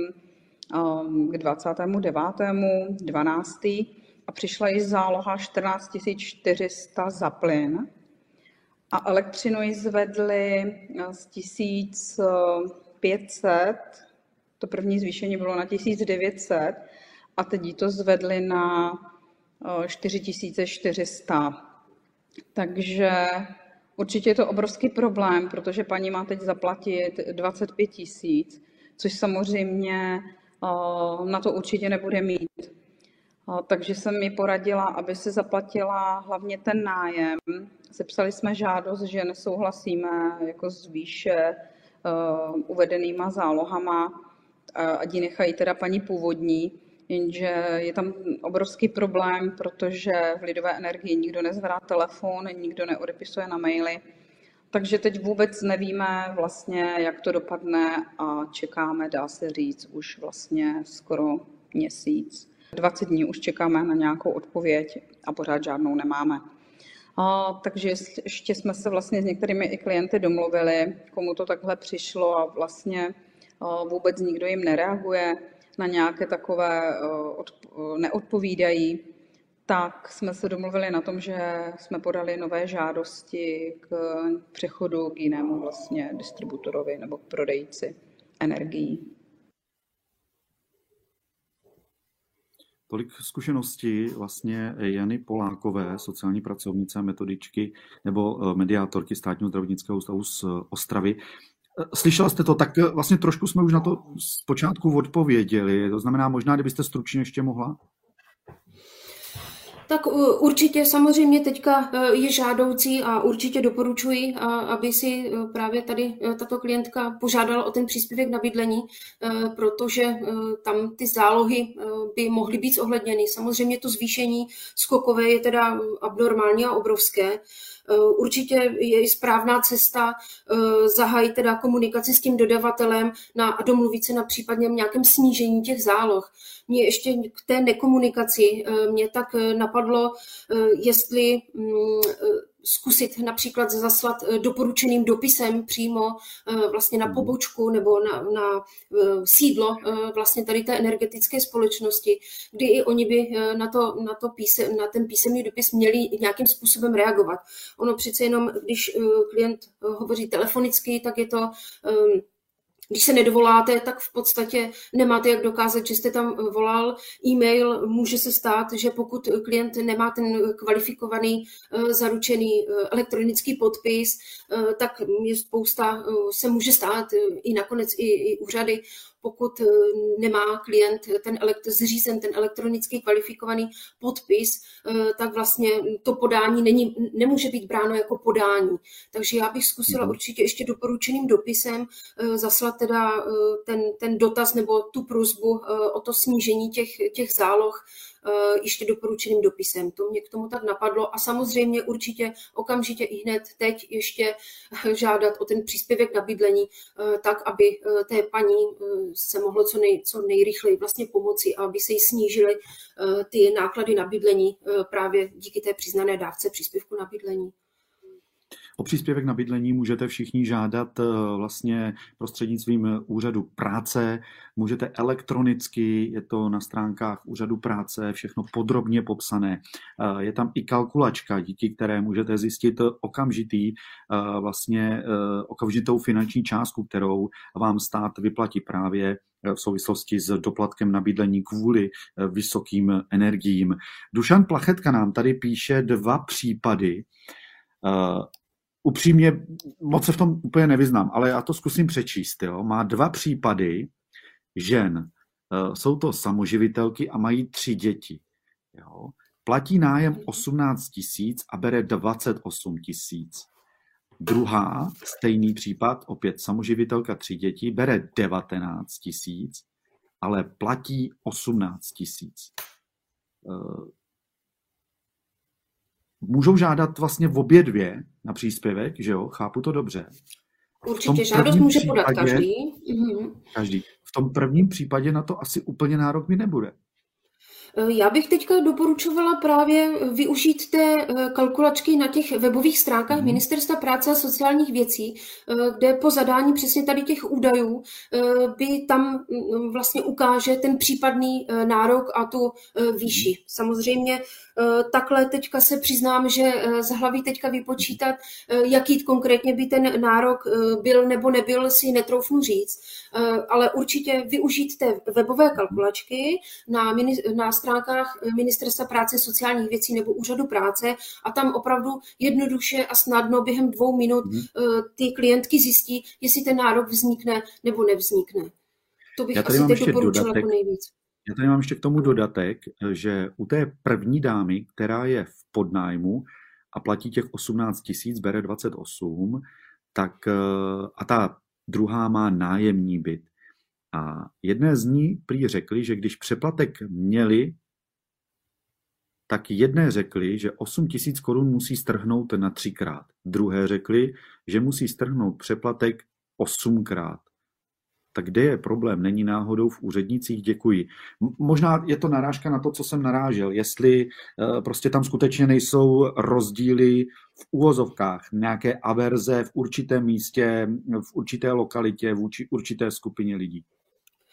k dvacátému devátému dvanáctému a přišla jí záloha čtrnáct tisíc čtyři sta za plyn. A elektřinu jí zvedli z tisíc pět set, to první zvýšení bylo na tisíc devět set a teď jí to zvedli na čtyři tisíce čtyři sta. Takže určitě je to obrovský problém, protože paní má teď zaplatit dvacet pět tisíc, což samozřejmě na to určitě nebude mít. Takže jsem mi poradila, aby si zaplatila hlavně ten nájem. Sepsali jsme žádost, že nesouhlasíme jako s výše uh, uvedenýma zálohama, ať ji nechají teda paní původní, jenže je tam obrovský problém, protože v Lidové energii nikdo nezvedá telefon, nikdo neodepisuje na maily. Takže teď vůbec nevíme vlastně, jak to dopadne a čekáme, dá se říct, už vlastně skoro měsíc. dvacet dní už čekáme na nějakou odpověď a pořád žádnou nemáme. A, takže ještě jsme se vlastně s některými i klienty domluvili, komu to takhle přišlo a vlastně a vůbec nikdo jim nereaguje, na nějaké takové a, od, neodpovídají. tak jsme se domluvili na tom, že jsme podali nové žádosti k přechodu k jinému vlastně distributorovi nebo k prodejci energií. Tolik zkušeností vlastně Jany Polákové, sociální pracovnice a metodičky nebo mediátorky Státního zdravotnického ústavu z Ostravy. Slyšela jste to, tak vlastně trošku jsme už na to z počátku odpověděli. To znamená, možná, kdybyste stručně ještě mohla? Tak určitě samozřejmě teďka je žádoucí a určitě doporučuji, aby si právě tady tato klientka požádala o ten příspěvek na bydlení, protože tam ty zálohy by mohly být zohledněny. Samozřejmě to zvýšení skokové je teda abnormální a obrovské. Určitě je i správná cesta zahájit teda komunikaci s tím dodavatelem na, a domluvit se na případně nějakém snížení těch záloh. Mě ještě k té nekomunikaci mě tak napadlo, jestli zkusit například zaslat doporučeným dopisem přímo vlastně na pobočku nebo na, na sídlo vlastně tady té energetické společnosti, kdy i oni by na, to, na, to píse, na ten písemný dopis měli nějakým způsobem reagovat. Ono přece jenom, když klient hovoří telefonicky, tak je to... Když se nedovoláte, tak v podstatě nemáte jak dokázat, že jste tam volal. E-mail může se stát, že pokud klient nemá ten kvalifikovaný, zaručený elektronický podpis, tak je spousta, se může stát i nakonec i, i úřady, pokud nemá klient ten elekt- zřízen ten elektronicky kvalifikovaný podpis, tak vlastně to podání není, nemůže být bráno jako podání. Takže já bych zkusila určitě ještě doporučeným dopisem zaslat teda ten, ten dotaz nebo tu prosbu o to snížení těch, těch záloh ještě doporučeným dopisem. To mě k tomu tak napadlo a samozřejmě určitě okamžitě i hned teď ještě žádat o ten příspěvek na bydlení, tak, aby té paní se mohlo co, nej, co nejrychleji vlastně pomoci a aby se jí snížily ty náklady na bydlení právě díky té přiznané dávce příspěvku na bydlení. O příspěvek na bydlení můžete všichni žádat vlastně prostřednictvím úřadu práce, můžete elektronicky, je to na stránkách úřadu práce, všechno podrobně popsané. Je tam i kalkulačka, díky které můžete zjistit okamžitý, vlastně okamžitou finanční částku, kterou vám stát vyplatí právě v souvislosti s doplatkem na bydlení kvůli vysokým energiím. Dušan Plachetka nám tady píše dva případy. Upřímně, moc se v tom úplně nevyznám, ale já to zkusím přečíst. Jo. Má dva případy žen. Jsou to samoživitelky a mají tři děti. Jo. Platí nájem osmnáct tisíc a bere dvacet osm tisíc. Druhá, stejný případ, opět samoživitelka, tři děti, bere devatenáct tisíc, ale platí osmnáct tisíc. Můžou žádat vlastně v obě dvě na příspěvek, že jo? Chápu to dobře. Určitě, žádost může podat každý. Každý. V tom prvním případě na to asi úplně nárok mi nebude. Já bych teďka doporučovala právě využít té kalkulačky na těch webových stránkách Ministerstva práce a sociálních věcí, kde po zadání přesně tady těch údajů by tam vlastně ukáže ten případný nárok a tu výši. Samozřejmě takhle teďka se přiznám, že z hlavy teďka vypočítat, jaký konkrétně by ten nárok byl nebo nebyl, si netroufnu říct, ale určitě využít té webové kalkulačky na, na stránkách Ministerstva práce, sociálních věcí nebo úřadu práce a tam opravdu jednoduše a snadno během dvou minut ty klientky zjistí, jestli ten nárok vznikne nebo nevznikne. To bych asi teď doporučila jako nejvíc. Já tady mám ještě k tomu dodatek, že u té první dámy, která je v podnájmu a platí těch osmnáct tisíc, bere dvacet osm, tak a ta druhá má nájemní byt. A jedné z ní prý řekli, že když přeplatek měli, tak jedné řekli, že osm tisíc korun musí strhnout na třikrát. Druhé řekli, že musí strhnout přeplatek osmkrát. Tak kde je problém? Není náhodou v úřednicích? Děkuji. Možná je to narážka na to, co jsem narážel. Jestli uh, prostě tam skutečně nejsou rozdíly v úvozovkách, nějaké averze v určitém místě, v určité lokalitě, v určité skupině lidí.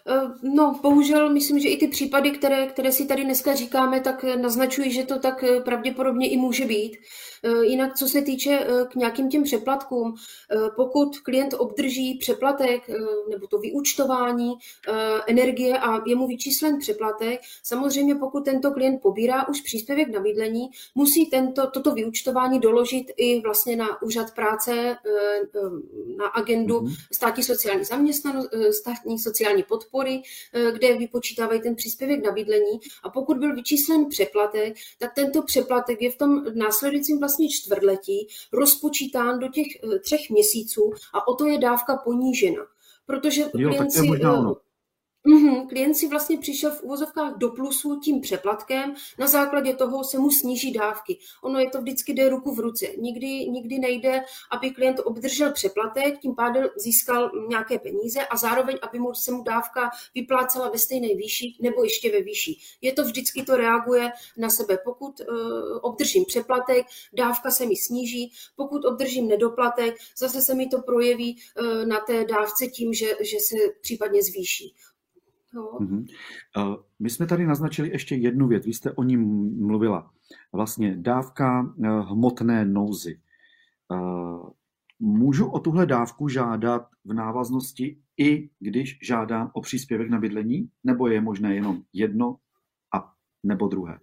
No, bohužel myslím, že i ty případy, které, které si tady dneska říkáme, tak naznačují, že to tak pravděpodobně i může být. Jinak, co se týče k nějakým těm přeplatkům, pokud klient obdrží přeplatek nebo to vyúčtování energie a je mu vyčíslen přeplatek, samozřejmě pokud tento klient pobírá už příspěvek na bydlení, musí tento, toto vyúčtování doložit i vlastně na úřad práce, na agendu mm-hmm. státní sociální zaměstnanost, státní sociální podpory, kde vypočítávají ten příspěvek na bydlení. A pokud byl vyčíslen přeplatek, tak tento přeplatek je v tom následujícím vlastně čtvrtletí rozpočítán do těch třech měsíců a o to je dávka ponížena. Protože jo, klient si, Uhum, klient si vlastně přišel v uvozovkách do plusu tím přeplatkem, na základě toho se mu sníží dávky. Ono je to vždycky jde ruku v ruce. Nikdy, nikdy nejde, aby klient obdržel přeplatek, tím pádem získal nějaké peníze a zároveň, aby mu se mu dávka vyplácela ve stejné výši nebo ještě ve výši. Je to vždycky, to reaguje na sebe. Pokud uh, obdržím přeplatek, dávka se mi sníží, pokud obdržím nedoplatek, zase se mi to projeví uh, na té dávce tím, že, že se případně zvýší. No. My jsme tady naznačili ještě jednu věc, vy jste o ní mluvila. Vlastně dávka hmotné nouzy. Můžu o tuhle dávku žádat v návaznosti i když žádám o příspěvek na bydlení? Nebo je možné jenom jedno a nebo druhé?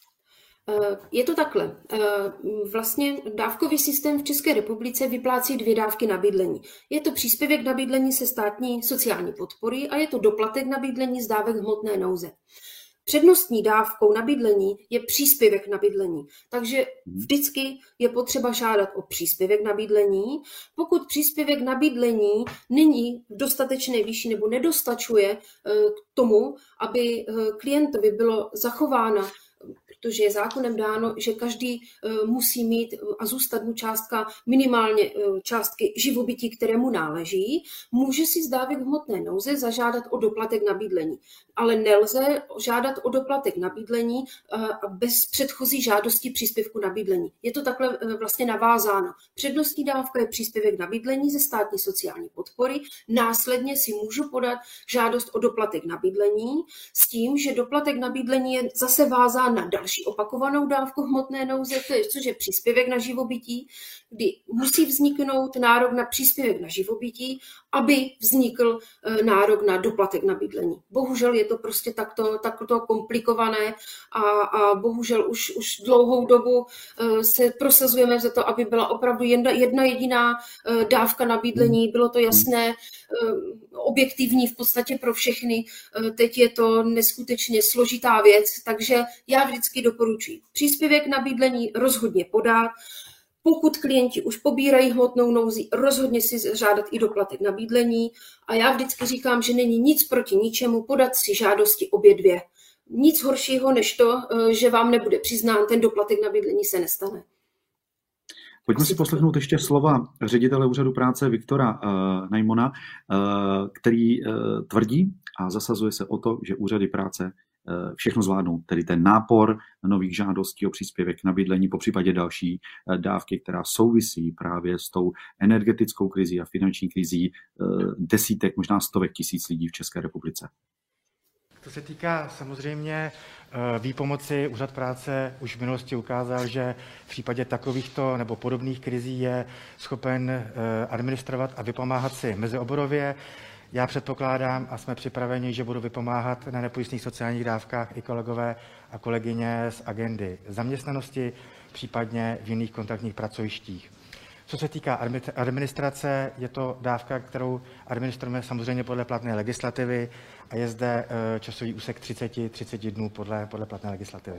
Je to takhle. Vlastně dávkový systém v České republice vyplácí dvě dávky na bydlení. Je to příspěvek na bydlení se státní sociální podpory a je to doplatek na bydlení z dávek hmotné nouze. Přednostní dávkou na bydlení je příspěvek na bydlení, takže vždycky je potřeba žádat o příspěvek na bydlení. Pokud příspěvek na bydlení není v dostatečné výši nebo nedostačuje k tomu, aby klientovi bylo zachována, protože je zákonem dáno, že každý musí mít a zůstat mu částka, minimálně částky živobytí, které mu náleží, může si z dávek hmotné nouze zažádat o doplatek na bydlení. Ale nelze žádat o doplatek na bydlení bez předchozí žádosti příspěvku na bydlení. Je to takhle vlastně navázáno. Přednostní dávka je příspěvek na bydlení ze státní sociální podpory, následně si můžu podat žádost o doplatek na bydlení s tím, že doplatek na bydlení je zase vázán na další opakovanou dávku hmotné nouze, což je příspěvek na živobytí, kdy musí vzniknout nárok na příspěvek na živobytí, aby vznikl nárok na doplatek na bydlení. Bohužel je to prostě takto, takto komplikované a, a bohužel už, už dlouhou dobu se prosazujeme za to, aby byla opravdu jedna, jedna jediná dávka na bydlení. Bylo to jasné, objektivní v podstatě pro všechny. Teď je to neskutečně složitá věc, takže já vždycky doporučuji příspěvek na bydlení rozhodně podat. Pokud klienti už pobírají hmotnou nouzi, rozhodně si žádat i doplatek na bydlení. A já vždycky říkám, že není nic proti ničemu podat si žádosti obě dvě. Nic horšího než to, že vám nebude přiznán, ten doplatek na bydlení se nestane. Pojďme si poslechnout ještě slova ředitele úřadu práce Viktora uh, Najmona, uh, který uh, tvrdí a zasazuje se o to, že úřady práce uh, všechno zvládnou, tedy ten nápor nových žádostí o příspěvek na bydlení, popřípadě další uh, dávky, která souvisí právě s tou energetickou krizí a finanční krizí uh, desítek, možná stovek tisíc lidí v České republice. Co se týká samozřejmě výpomoci, úřad práce už v minulosti ukázal, že v případě takovýchto nebo podobných krizí je schopen administrovat a vypomáhat si mezioborově. Já předpokládám a jsme připraveni, že budu vypomáhat na nepojistných sociálních dávkách i kolegové a kolegyně z agendy zaměstnanosti, případně v jiných kontaktních pracovištích. Co se týká administrace, je to dávka, kterou administrujeme samozřejmě podle platné legislativy a je zde časový úsek třicet, třicet dnů podle, podle platné legislativy.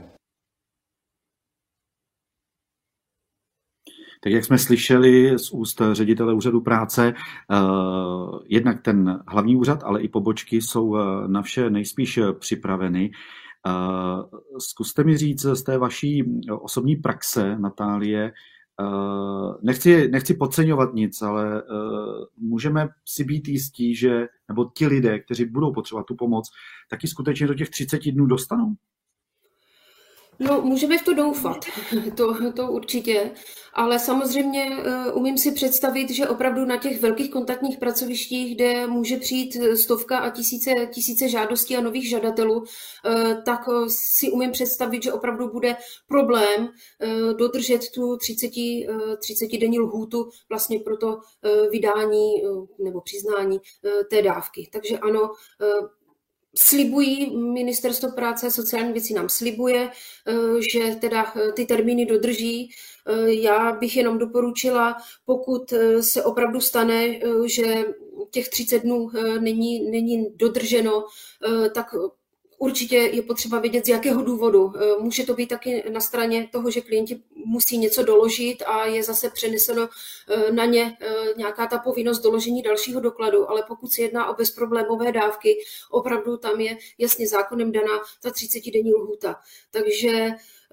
Tak jak jsme slyšeli z úst ředitele úřadu práce, jednak ten hlavní úřad, ale i pobočky jsou na vše nejspíš připraveny. Zkuste mi říct z té vaší osobní praxe, Natálie, Uh, nechci, nechci podceňovat nic, ale uh, můžeme si být jistí, že nebo ti lidé, kteří budou potřebovat tu pomoc, taky skutečně do těch třiceti dnů dostanou? No, můžeme v to doufat, to, to určitě, ale samozřejmě uh, umím si představit, že opravdu na těch velkých kontaktních pracovištích, kde může přijít stovka a tisíce, tisíce žádostí a nových žadatelů, uh, tak uh, si umím představit, že opravdu bude problém uh, dodržet tu třicetidenní lhůtu vlastně pro to uh, vydání uh, nebo přiznání uh, té dávky. Takže ano, uh, slibují, Ministerstvo práce a sociální věcí nám slibuje, že teda ty termíny dodrží. Já bych jenom doporučila, pokud se opravdu stane, že těch třicet dnů není, není dodrženo, tak určitě je potřeba vědět, z jakého důvodu. Může to být taky na straně toho, že klienti musí něco doložit a je zase přeneseno na ně nějaká ta povinnost doložení dalšího dokladu, ale pokud se jedná o bezproblémové dávky, opravdu tam je jasně zákonem daná ta třicetidenní lhůta. Takže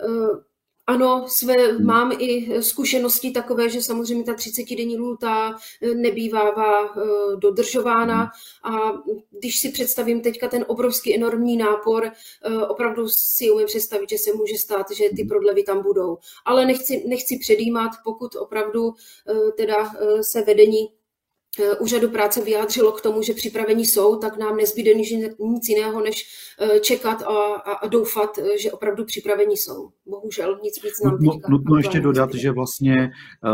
ano, své, mám i zkušenosti takové, že samozřejmě ta třicetidenní lhůta nebývává dodržována a když si představím teďka ten obrovský enormní nápor, opravdu si umím představit, že se může stát, že ty prodlevy tam budou. Ale nechci, nechci předjímat, pokud opravdu teda se vedení Úřadu práce vyjádřilo k tomu, že připraveni jsou, tak nám nezbyde nic jiného, než čekat a, a doufat, že opravdu připraveni jsou. Bohužel nic víc nám teďka. Nutno ještě dodat, že vlastně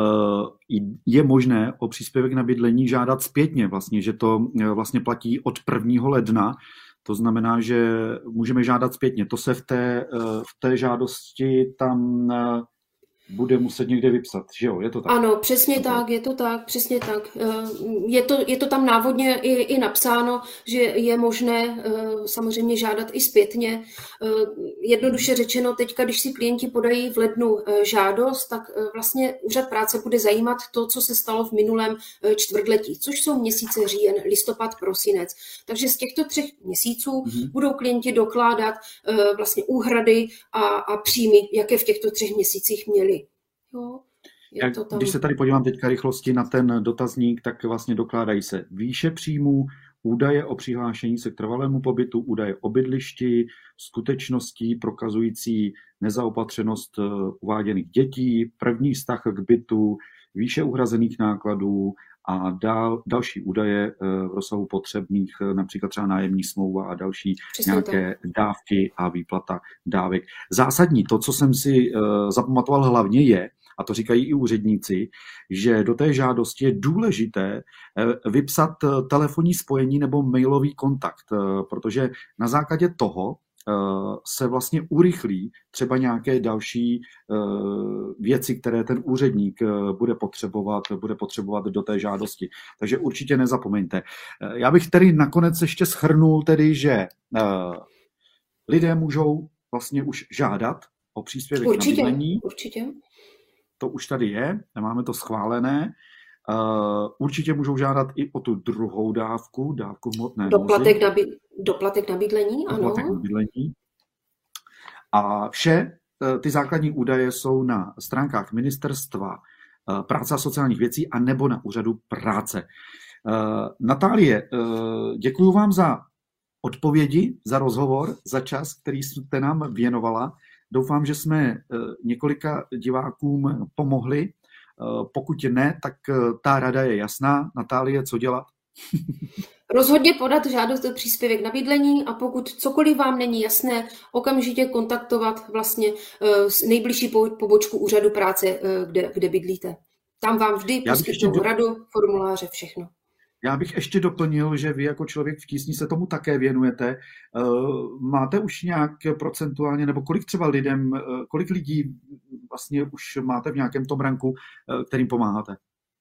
je možné o příspěvek na bydlení žádat zpětně, vlastně, že to vlastně platí od prvního ledna. To znamená, že můžeme žádat zpětně. To se v té, v té žádosti tam bude muset někde vypsat, že jo? Je to tak? Ano, přesně tak, je to tak, přesně tak. Je to, je to tam návodně i, i napsáno, že je možné samozřejmě žádat i zpětně. Jednoduše řečeno, teďka, když si klienti podají v lednu žádost, tak vlastně Úřad práce bude zajímat to, co se stalo v minulém čtvrtletí, což jsou měsíce říjen, listopad, prosinec. Takže z těchto třech měsíců mm-hmm. budou klienti dokládat vlastně úhrady a, a příjmy, jaké v těchto třech měsících měli. Jo, je to tam. Když se tady podívám teďka rychlosti na ten dotazník, tak vlastně dokládají se výše příjmů, údaje o přihlášení se k trvalému pobytu, údaje o bydlišti, skutečností prokazující nezaopatřenost uváděných dětí, první vztah k bytu, výše uhrazených nákladů a dál, další údaje v rozsahu potřebných, například třeba nájemní smlouva a další Přesně nějaké tak. dávky a výplata dávek. Zásadní, to, co jsem si zapamatoval hlavně je, a to říkají i úředníci, že do té žádosti je důležité vypsat telefonní spojení nebo mailový kontakt, protože na základě toho se vlastně urychlí třeba nějaké další věci, které ten úředník bude potřebovat, bude potřebovat do té žádosti. Takže určitě nezapomeňte. Já bych tedy nakonec ještě shrnul tedy, že lidé můžou vlastně už žádat o příspěvek určitě, na bydlení. Určitě. To už tady je, máme to schválené. Uh, určitě můžou žádat i o tu druhou dávku, dávku hmotné doplatek na, by, doplatek na bydlení, ano. Doplatek na bydlení. A vše ty základní údaje jsou na stránkách Ministerstva práce a sociálních věcí a nebo na Úřadu práce. Uh, Natálie, uh, děkuji vám za odpovědi, za rozhovor, za čas, který jste nám věnovala. Doufám, že jsme několika divákům pomohli. Pokud ne, tak ta rada je jasná. Natálie, co dělat? Rozhodně podat žádost o příspěvek na bydlení a pokud cokoliv vám není jasné, okamžitě kontaktovat vlastně nejbližší pobočku Úřadu práce, kde, kde bydlíte. Tam vám vždy poskytnou do... radu, formuláře, všechno. Já bych ještě doplnil, že vy jako člověk v tísni se tomu také věnujete. Máte už nějak procentuálně, nebo kolik třeba lidem, kolik lidí vlastně už máte v nějakém tom ranku, kterým pomáháte?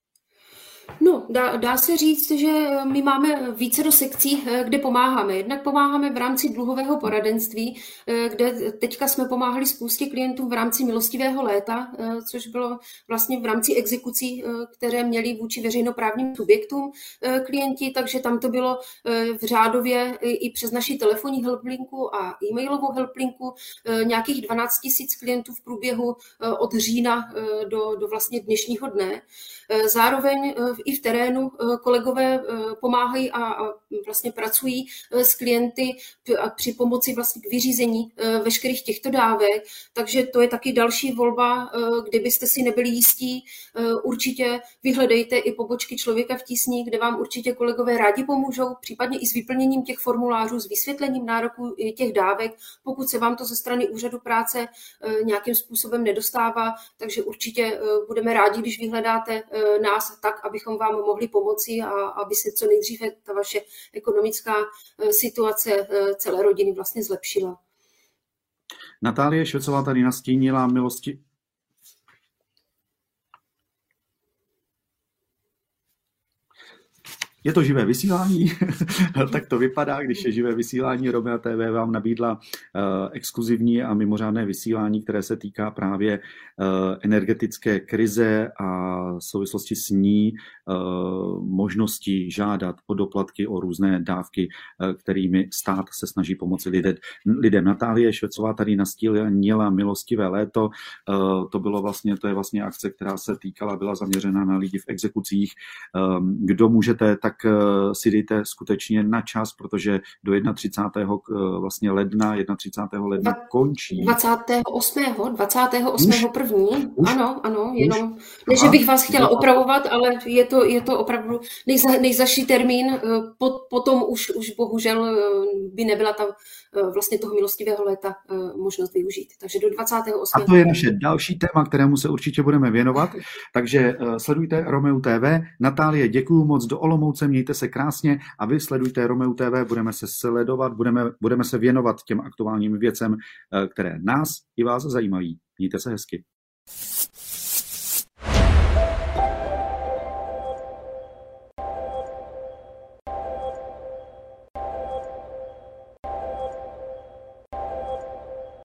No, dá, dá se říct, že my máme více do sekcí, kde pomáháme. Jednak pomáháme v rámci dluhového poradenství, kde teďka jsme pomáhali spoustě klientům v rámci milostivého léta, což bylo vlastně v rámci exekucí, které měli vůči veřejnoprávním subjektům klienti, takže tam to bylo v řádově i přes naši telefonní helplinku a e-mailovou helplinku nějakých dvanáct tisíc klientů v průběhu od října do, do vlastně dnešního dne. Zároveň i v terénu kolegové pomáhají a vlastně pracují s klienty při pomoci vlastně k vyřízení veškerých těchto dávek, takže to je taky další volba, kdybyste si nebyli jistí, určitě vyhledejte i pobočky Člověka v tísni, kde vám určitě kolegové rádi pomůžou, případně i s vyplněním těch formulářů, s vysvětlením nároků těch dávek, pokud se vám to ze strany úřadu práce nějakým způsobem nedostává, takže určitě budeme rádi, když vyhledáte nás tak, abychom vám mohli pomoci a aby se co nejdříve ta vaše ekonomická situace celé rodiny vlastně zlepšila. Natálie Švecová tady nastínila milosti. Je to živé vysílání, tak to vypadá, když je živé vysílání. Romea T V vám nabídla uh, exkluzivní a mimořádné vysílání, které se týká právě uh, energetické krize a v souvislosti s ní uh, možností žádat o doplatky, o různé dávky, uh, kterými stát se snaží pomoci lidem. lidem. Natálie Švecová tady nastínila milostivé léto. Uh, to bylo vlastně, to je vlastně akce, která se týkala, byla zaměřena na lidi v exekucích. Um, kdo můžete, tak si dejte skutečně na čas, protože do třicátého prvního vlastně ledna, třicátého prvního ledna končí. dvacátého osmého dvacátého osmého první Už? Ano, ano, jenom, ne, že bych vás chtěla opravovat, ale je to, je to opravdu nejza, nejzaší termín, Pot, potom už, už bohužel by nebyla ta vlastně toho milostivého léta možnost využít. Takže do dvacátého osmého A to je naše další téma, kterému se určitě budeme věnovat, takže sledujte Romeu T V. Natálie, děkuju moc do Olomouce, mějte se krásně a vy sledujte Romeu T V, budeme se sledovat, budeme, budeme se věnovat těm aktuálním věcem, které nás i vás zajímají. Mějte se hezky.